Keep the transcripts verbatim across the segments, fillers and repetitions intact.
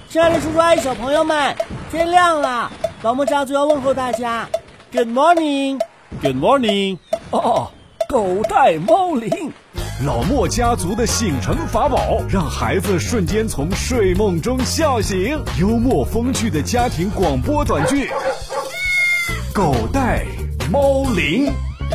亲爱的叔叔阿姨小朋友们，天亮了，老莫家族要问候大家 Good morning Good morning 哦，狗带猫铃， 老莫家族的醒神法宝，让孩子瞬间从睡梦中笑醒。幽默风趣的家庭广播短剧，狗带猫铃。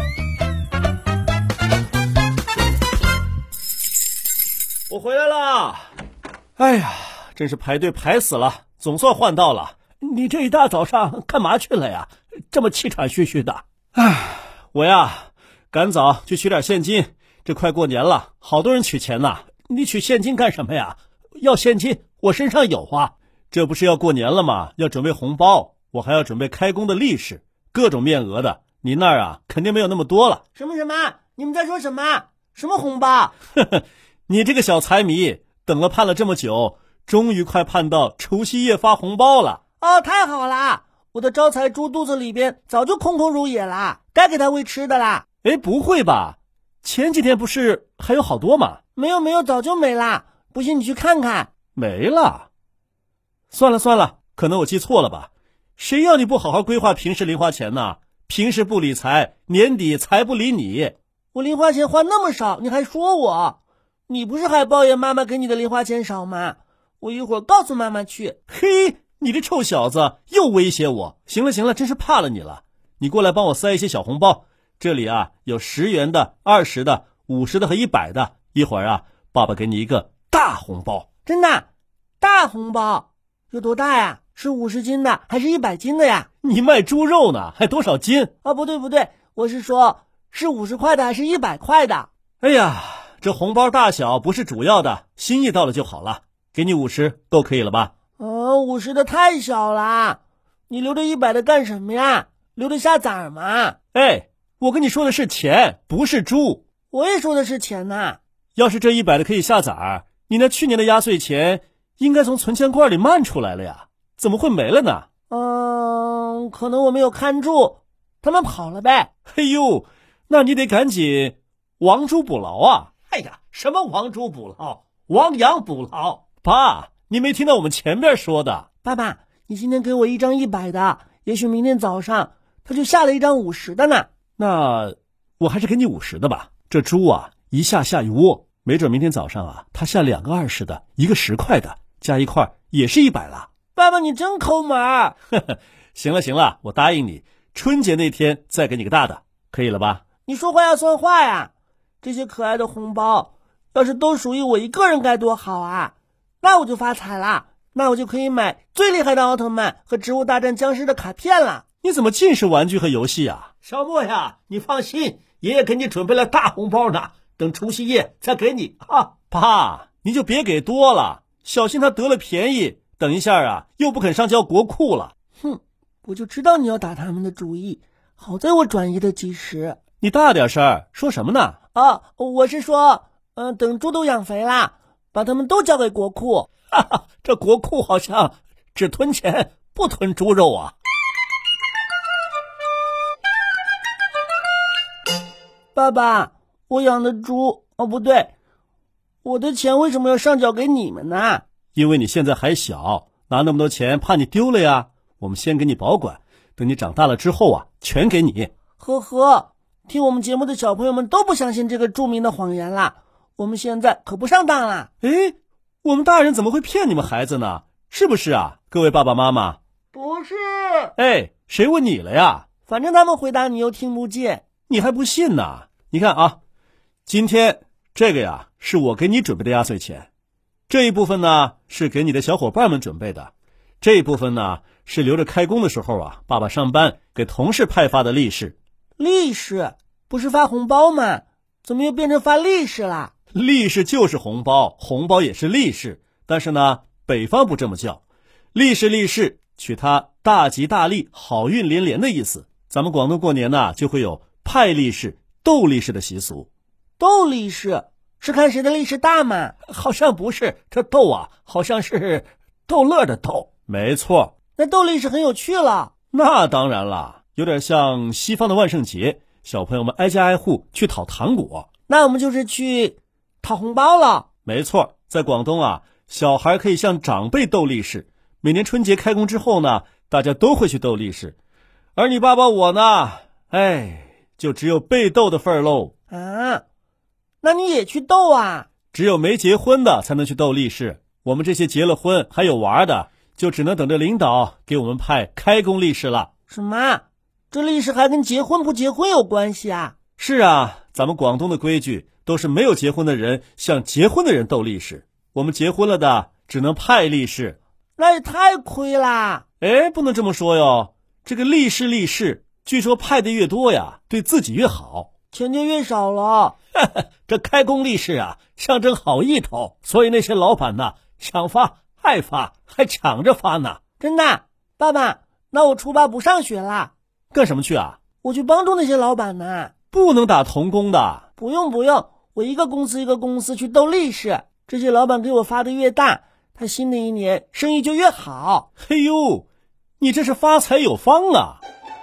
我回来了。哎呀，真是排队排死了，总算换到了。 你这一大早上干嘛去了呀？这么气喘吁吁的。 唉，我呀赶早去取点现金，这快过年了，好多人取钱呐。 你取现金干什么呀？要现金我身上有啊。 这不是要过年了吗？要准备红包，我还要准备开工的利是，各种面额的。你那儿啊肯定没有那么多了。 什么什么？你们在说什么？什么红包？ 呵呵，你这个小财迷，等了盼了这么久，终于快盼到除夕夜发红包了。 哦，太好了，我的招财猪肚子里边早就空空如也啦，该给他喂吃的啦。 哎，不会吧？前几天不是还有好多吗？ 没有没有，早就没啦。不信你去看看。 没了。算了算了，可能我记错了吧。谁要你不好好规划平时零花钱呢？平时不理财，年底财不理你。 我零花钱花那么少，你还说我？你不是还抱怨妈妈给你的零花钱少吗？我一会儿告诉妈妈去。 嘿，你这臭小子又威胁我。行了行了，真是怕了你了。你过来帮我塞一些小红包，这里啊有十元的、二十的、五十的和一百的。一会儿啊，爸爸给你一个大红包。 真的？大红包有多大呀？是五十斤的还是一百斤的呀？ 你卖猪肉呢，还多少斤？ 啊，不对不对，我是说是五十块的还是一百块的？ 哎呀，这红包大小不是主要的，心意到了就好了。给你五十够可以了吧？ 哦，五十的太小了，你留着一百的干什么呀？留着下崽儿吗？ 哎，我跟你说的是钱，不是猪。 我也说的是钱呐。 要是这一百的可以下崽儿，你那去年的压岁钱应该从存钱罐里漫出来了呀，怎么会没了呢？ 嗯，可能我没有看住，他们跑了呗。 哎呦，那你得赶紧亡猪补牢啊！ 哎呀，什么亡猪补牢，亡羊补牢？ 爸，你没听到我们前边说的？ 爸爸，你今天给我一张一百的，也许明天早上他就下了一张五十的呢。 那我还是给你五十的吧。这猪啊，一下下一窝，没准明天早上啊，他下两个二十的，一个十块的，加一块也是一百了。 爸爸，你真抠门儿。 行了行了，我答应你，春节那天再给你个大的，可以了吧？ 你说话要算话呀！这些可爱的红包，要是都属于我一个人该多好啊！那我就发财啦，那我就可以买最厉害的奥特曼和植物大战僵尸的卡片了。 你怎么尽是玩具和游戏啊？ 小莫呀，你放心，爷爷给你准备了大红包呢，等除夕夜再给你啊。 爸，你就别给多了，小心他得了便宜，等一下啊又不肯上交国库了。 哼，我就知道你要打他们的主意，好在我转移的及时。 你大点声，说什么呢？ 啊，我是说，嗯、呃，等猪都养肥了，把他们都交给国库。 哈哈，这国库好像只吞钱不吞猪肉啊。 爸爸，我养的猪，哦不对，我的钱为什么要上缴给你们呢？ 因为你现在还小，拿那么多钱怕你丢了呀。我们先给你保管，等你长大了之后啊，全给你。 呵呵，听我们节目的小朋友们都不相信这个著名的谎言啦。我们现在可不上当啦。 诶，我们大人怎么会骗你们孩子呢？是不是啊，各位爸爸妈妈？ 不是。 哎，谁问你了呀？ 反正他们回答你又听不见， 你还不信呢？你看啊，今天这个呀是我给你准备的压岁钱，这一部分呢是给你的小伙伴们准备的，这一部分呢是留着开工的时候啊，爸爸上班给同事派发的利是。 利是不是发红包吗？怎么又变成发利是啦？ 利是就是红包，红包也是利是，但是呢北方不这么叫，利是利是取它大吉大利好运连连的意思。咱们广东过年呢就会有派利是斗利是的习俗。 斗利是是看谁的利是大吗？ 好像不是，这斗啊好像是逗乐的逗。 没错。 那斗利是很有趣了。 那当然了，有点像西方的万圣节，小朋友们挨家挨户去讨糖果。 那我们就是去讨红包了。 没错，在广东啊， 小孩可以向长辈斗利是。每年春节开工之后呢，大家都会去斗利是。而你爸爸我呢，哎，就只有被斗的份儿喽。 啊，那你也去斗啊？ 只有没结婚的才能去斗利是，我们这些结了婚还有娃的，就只能等着领导给我们派开工利是了。 什么？这利是还跟结婚不结婚有关系啊？ 是啊，咱们广东的规矩都是没有结婚的人向结婚的人斗利是，我们结婚了的只能派利是。 那也太亏啦！ 哎，不能这么说哟，这个利是利是，据说派的越多呀，对自己越好， 钱就越少了。 这开工利是啊，象征好意头，所以那些老板呢，想发爱发，还抢着发呢。 真的，爸爸，那我初八不上学啦。 干什么去啊？ 我去帮助那些老板呢。 不能打童工的。 不用不用，我一个公司一个公司去斗利是，这些老板给我发的越大，他新的一年生意就越好。 嘿呦，你这是发财有方啊！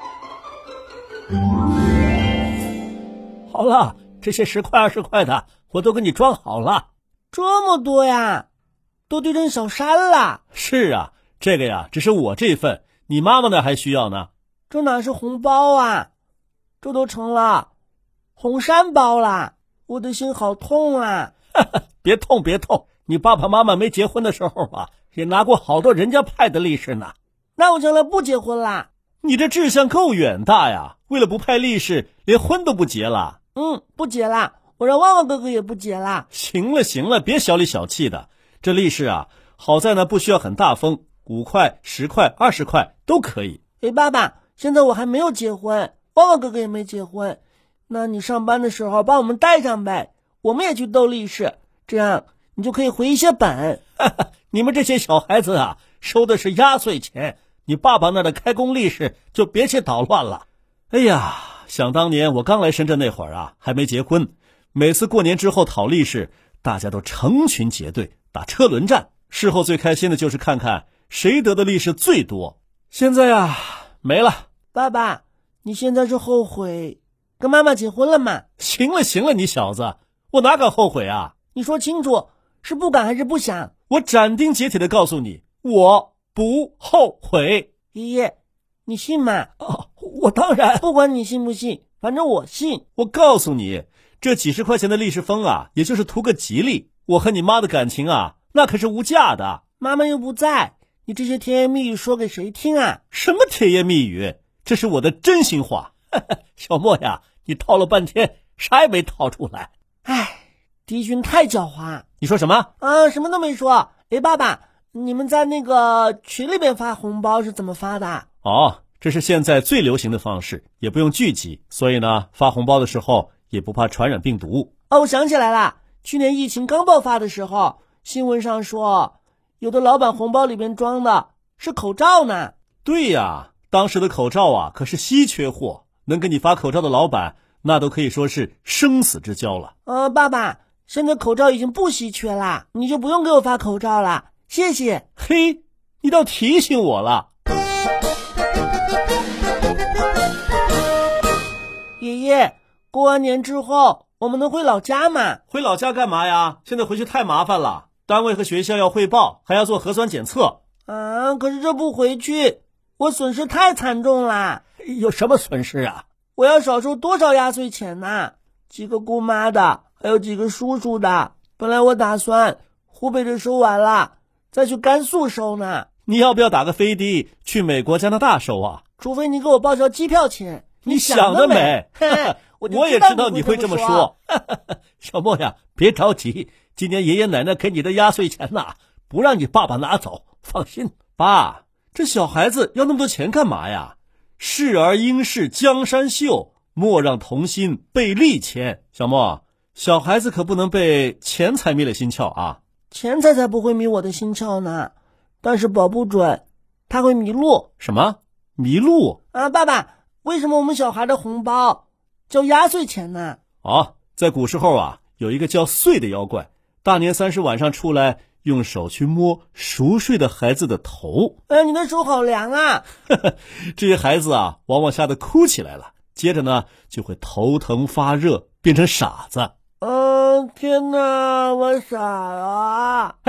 好了，这些十块二十块的我都给你装好了。 这么多呀，都堆成小山了。 是啊，这个呀只是我这份，你妈妈那还需要呢。 这哪是红包啊，这都成了红山包啦！我的心好痛啊！ 别痛别痛，你爸爸妈妈没结婚的时候啊，也拿过好多人家派的利是呢。 那我将来不结婚啦。 你这志向够远大呀，为了不派利是连婚都不结了。 嗯，不结啦，我让旺旺哥哥也不结啦。 行了行了，别小里小气的，这利是啊好在呢不需要很大封，五块十块二十块都可以。 哎，爸爸，现在我还没有结婚，旺旺哥哥也没结婚，那你上班的时候把我们带上呗，我们也去斗利是，这样你就可以回一些本。 你们这些小孩子啊，收的是压岁钱，你爸爸那的开工利是就别去捣乱了。 哎呀，想当年我刚来深圳那会儿啊，还没结婚，每次过年之后讨利是，大家都成群结队打车轮战，事后最开心的就是看看谁得的利是最多。现在啊没了。 爸爸，你现在是后悔跟妈妈结婚了吗？ 行了行了，你小子，我哪敢后悔啊？ 你说清楚，是不敢还是不想？ 我斩钉截铁的告诉你，我不后悔。 爷爷，你信吗？ 哦，我当然。 不管你信不信，反正我信。 我告诉你，这几十块钱的利是封啊，也就是图个吉利。我和你妈的感情啊，那可是无价的。 妈妈又不在，你这些甜言蜜语说给谁听啊？ 什么甜言蜜语？这是我的真心话。 小莫呀，你套了半天，啥也没套出来。 唉，迪勋太狡猾。 你说什么？ 啊，什么都没说。哎，爸爸，你们在那个群里边发红包是怎么发的？ 哦，这是现在最流行的方式，也不用聚集，所以呢，发红包的时候也不怕传染病毒。 哦，我想起来了，去年疫情刚爆发的时候，新闻上说，有的老板红包里边装的是口罩呢。 对呀，当时的口罩啊，可是稀缺货，能给你发口罩的老板，那都可以说是生死之交了。 呃，爸爸，现在口罩已经不稀缺啦，你就不用给我发口罩了，谢谢。 嘿，你倒提醒我了。 爷爷，过完年之后我们能回老家吗？ 回老家干嘛呀？现在回去太麻烦了，单位和学校要汇报，还要做核酸检测。 啊，可是这不回去，我损失太惨重啦。 有什么损失啊？ 我要少收多少压岁钱呢？几个姑妈的，还有几个叔叔的。本来我打算湖北这收完了，再去甘肃收呢。 你要不要打个飞的去美国、加拿大收啊？ 除非你给我报销机票钱。 你想得美！ 我, 我也知道你会这么说。 小莫呀，别着急，今年爷爷奶奶给你的压岁钱呐，不让你爸爸拿走，放心。 爸，这小孩子要那么多钱干嘛呀？视而应是江山秀，莫让童心被利牵。小莫，小孩子可不能被钱财迷了心窍啊！ 钱财才不会迷我的心窍呢，但是保不准他会迷路。 什么？迷路？ 啊，爸爸，为什么我们小孩的红包叫压岁钱呢？ 哦，在古时候啊，有一个叫岁的妖怪，大年三十晚上出来，用手去摸熟睡的孩子的头。 哎，你的手好凉啊！ 这些孩子啊，往往吓得哭起来了，接着呢，就会头疼发热，变成傻子。 嗯，天哪，我傻了。 嘿，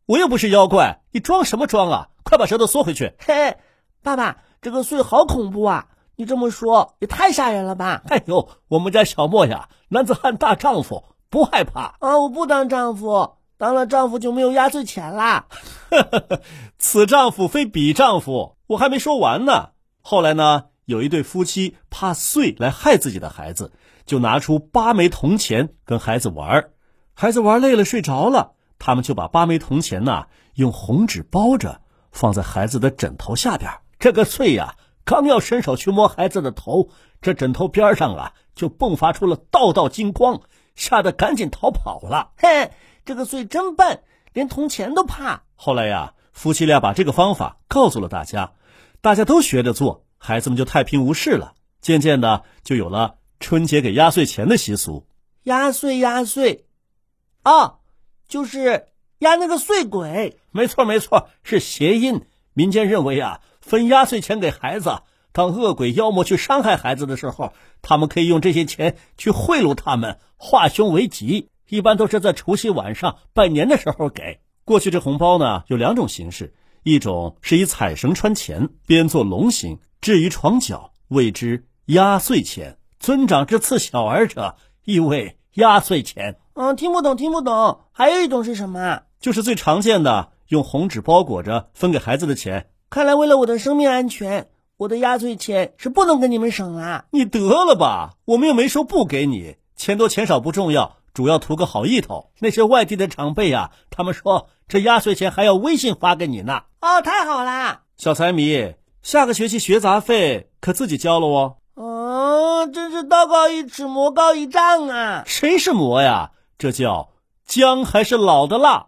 我又不是妖怪，你装什么装啊？快把舌头缩回去。 嘿，爸爸，这个祟好恐怖啊！你这么说也太吓人了吧？ 哎呦，我们家小莫呀，男子汉大丈夫，不害怕啊！我不当丈夫，当了丈夫就没有压岁钱啦。 此丈夫非彼丈夫，我还没说完呢。后来呢，有一对夫妻怕祟来害自己的孩子，就拿出八枚铜钱跟孩子玩。孩子玩累了睡着了，他们就把八枚铜钱呢用红纸包着，放在孩子的枕头下边。 这个祟呀，刚要伸手去摸孩子的头，这枕头边上啊就迸发出了道道金光，吓得赶紧逃跑了。 嘿，这个祟真笨，连铜钱都怕。 后来呀，夫妻俩把这个方法告诉了大家，大家都学着做，孩子们就太平无事了。渐渐的就有了春节给压岁钱的习俗。 压岁压岁，哦，就是压那个岁鬼。 没错没错，是谐音。民间认为啊，分压岁钱给孩子，当恶鬼妖魔去伤害孩子的时候，他们可以用这些钱去贿赂他们，化凶为吉。一般都是在除夕晚上拜年的时候给。 过去这红包呢有两种形式，一种是以彩绳穿钱，编作龙形，置于床角，谓之压岁钱。 尊长之赐小儿者，意为压岁钱。 嗯，听不懂听不懂。还有一种是什么？ 就是最常见的，用红纸包裹着分给孩子的钱。 看来为了我的生命安全，我的压岁钱是不能跟你们省啦。 你得了吧，我们又没说不给你，钱多钱少不重要，主要图个好意头。 那些外地的长辈啊，他们说这压岁钱还要微信发给你呢。 哦，太好啦！ 小财迷，下个学期学杂费可自己交了哦。 哦，真是道高一尺，魔高一丈啊！ 谁是魔呀？这叫姜还是老的辣。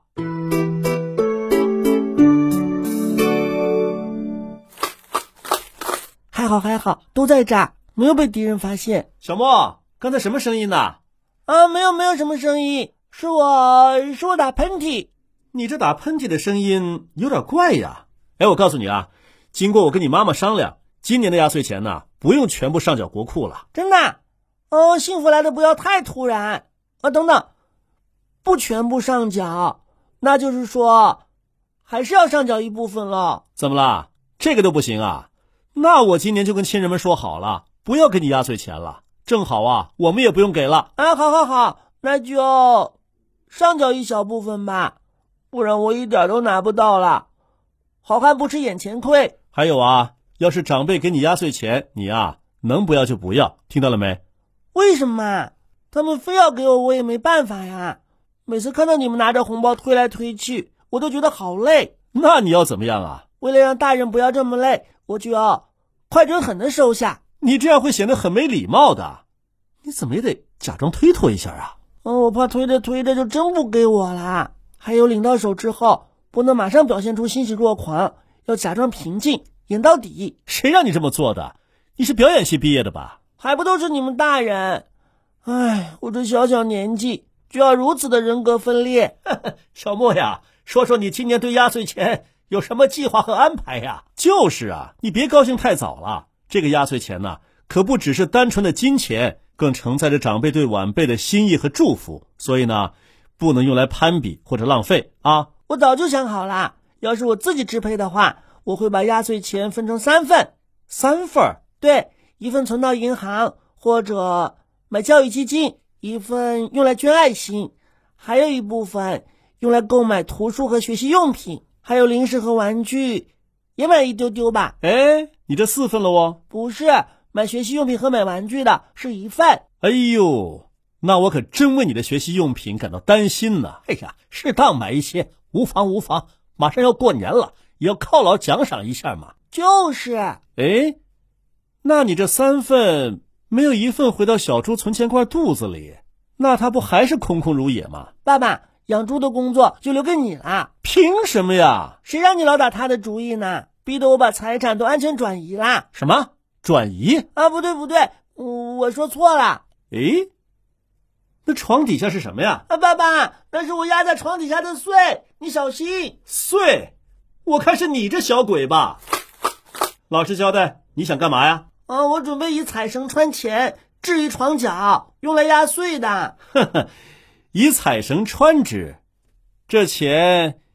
还好还好，都在这儿，没有被敌人发现。 小莫，刚才什么声音呢？ 啊，没有没有什么声音，是我是我打喷嚏。 你这打喷嚏的声音有点怪呀。哎，我告诉你啊，经过我跟你妈妈商量，今年的压岁钱呢，不用全部上缴国库了。 真的？哦，幸福来的不要太突然啊！等等，不全部上缴，那就是说还是要上缴一部分了。 怎么啦？这个都不行啊？那我今年就跟亲人们说好了，不要给你压岁钱了。正好啊，我们也不用给了。 啊，好好好，那就上缴一小部分吧，不然我一点都拿不到了。好汉不吃眼前亏。 还有啊，要是长辈给你压岁钱，你啊能不要就不要，听到了没？ 为什么？他们非要给我，我也没办法呀。每次看到你们拿着红包推来推去，我都觉得好累。 那你要怎么样啊？ 为了让大人不要这么累，我就要快准狠的收下。 你这样会显得很没礼貌的，你怎么也得假装推脱一下啊。 嗯，我怕推着推着就真不给我了。还有领到手之后，不能马上表现出欣喜若狂，要假装平静，演到底。 谁让你这么做的？你是表演系毕业的吧？ 还不都是你们大人？唉，我这小小年纪就要如此的人格分裂。 小莫呀，说说你今年对压岁钱有什么计划和安排呀？ 就是啊，你别高兴太早了。这个压岁钱呢，可不只是单纯的金钱，更承载着长辈对晚辈的心意和祝福，所以呢，不能用来攀比或者浪费啊。 我早就想好了，要是我自己支配的话，我会把压岁钱分成三份。 三份？ 对，一份存到银行或者买教育基金，一份用来捐爱心，还有一部分用来购买图书和学习用品，还有零食和玩具，也买一丢丢吧。 哎，你这四份了哦？ 不是，买学习用品和买玩具的是一份。 哎呦，那我可真为你的学习用品感到担心呢。 哎呀，适当买一些无妨无妨，马上要过年了，也要犒劳奖赏一下嘛。 就是。 哎，那你这三份没有一份回到小猪存钱罐肚子里，那它不还是空空如也吗？ 爸爸，养猪的工作就留给你了。 凭什么呀？ 谁让你老打他的主意呢？逼得我把财产都安全转移啦。 什么转移啊？不对不对，我说错了。 诶，那床底下是什么呀？ 啊，爸爸，那是我压在床底下的穗，你小心。 穗？我看是你这小鬼吧。老实交代，你想干嘛呀？ 啊，我准备以彩绳穿钱，置于床角，用来压岁的。 呵呵，以彩绳穿之，这钱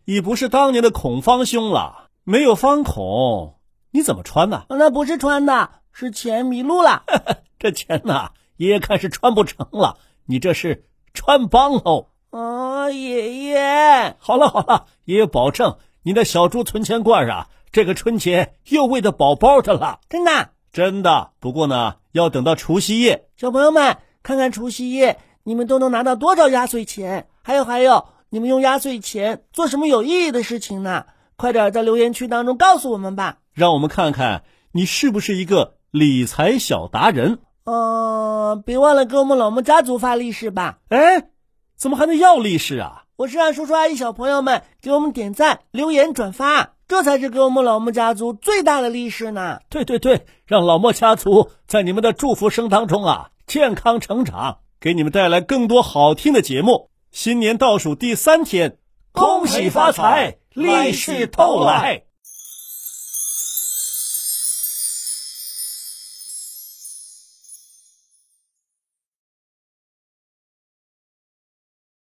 已不是当年的孔方兄了，没有方孔，你怎么穿呢？ 那不是穿的，是钱迷路了。 这钱呐，爷爷看是穿不成了，你这是穿帮喽。 哦，爷爷， 好了好了，爷爷保证你的小猪存钱罐啊，这个春节又喂的饱饱的了。 真的？ 真的。不过呢，要等到除夕夜。 小朋友们，看看除夕夜你们都能拿到多少压岁钱？还有还有，你们用压岁钱做什么有意义的事情呢？快点在留言区当中告诉我们吧， 让我们看看你是不是一个理财小达人。 呃，别忘了给我们老莫家族发利是吧？ 哎，怎么还能要利是啊？ 我是让叔叔阿姨小朋友们给我们点赞、留言、转发，这才是给我们老莫家族最大的利是呢。 对对对，让老莫家族在你们的祝福声当中啊，健康成长， 给你们带来更多好听的节目。新年倒数第三天， 恭喜发财，利是逗来。